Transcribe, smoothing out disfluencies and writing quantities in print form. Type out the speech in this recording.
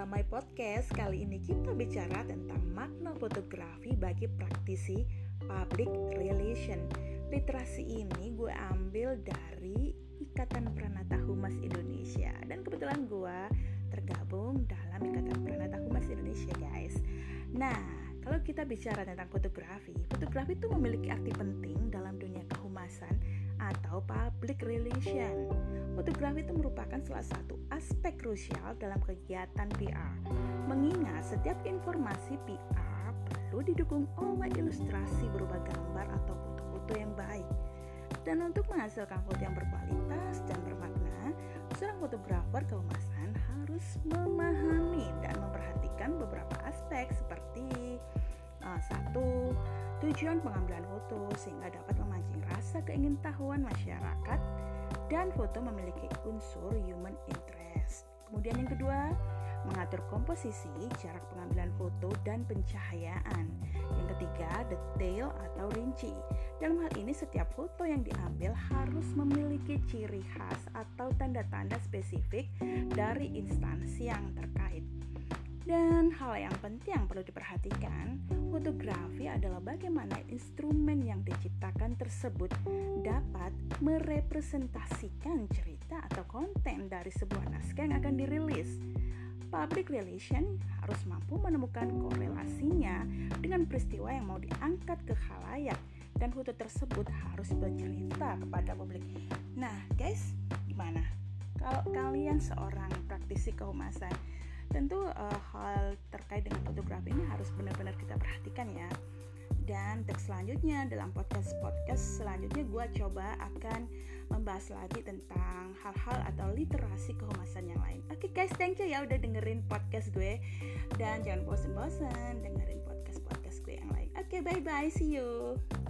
dalam my podcast. Kali ini kita bicara tentang makna fotografi bagi praktisi public relation. Literasi ini gue ambil dari Ikatan Pranata Humas Indonesia. Dan kebetulan gue tergabung dalam Ikatan Pranata Humas Indonesia, guys. Nah, kalau kita bicara tentang fotografi itu memiliki arti penting dalam dunia kehumasan atau public relation. Fotografi itu merupakan salah satu aspek krusial dalam kegiatan PR, mengingat setiap informasi PR perlu didukung oleh ilustrasi berupa gambar atau foto-foto yang baik. Dan untuk menghasilkan foto yang berkualitas dan bermakna, seorang fotografer kehumasan harus memahami dan memperhatikan beberapa aspek seperti 1. Tujuan pengambilan foto sehingga dapat memancing rasa keingintahuan masyarakat dan foto memiliki unsur human interest. Kemudian yang kedua, mengatur komposisi, jarak pengambilan foto dan pencahayaan. Yang ketiga, detail atau rinci. Dalam hal ini setiap foto yang diambil harus memiliki ciri khas atau tanda-tanda spesifik dari instansi yang terkait. Dan hal yang penting yang perlu diperhatikan, fotografi adalah bagaimana instrumen yang diciptakan tersebut dapat merepresentasikan cerita atau konten dari sebuah naskah yang akan dirilis. Public relation harus mampu menemukan korelasinya dengan peristiwa yang mau diangkat ke khalayak, dan foto tersebut harus bercerita kepada publik. Nah, guys, gimana? Kalau kalian seorang praktisi kehumasan, tentu hal terkait dengan fotografi ini harus benar-benar kita perhatikan ya. Dan teks selanjutnya dalam podcast selanjutnya gue coba akan membahas lagi tentang hal-hal atau literasi kehumasan yang lain. Oke guys, thank you ya udah dengerin podcast gue. Dan jangan bosan-bosan dengerin podcast gue yang lain. Oke, bye-bye, see you.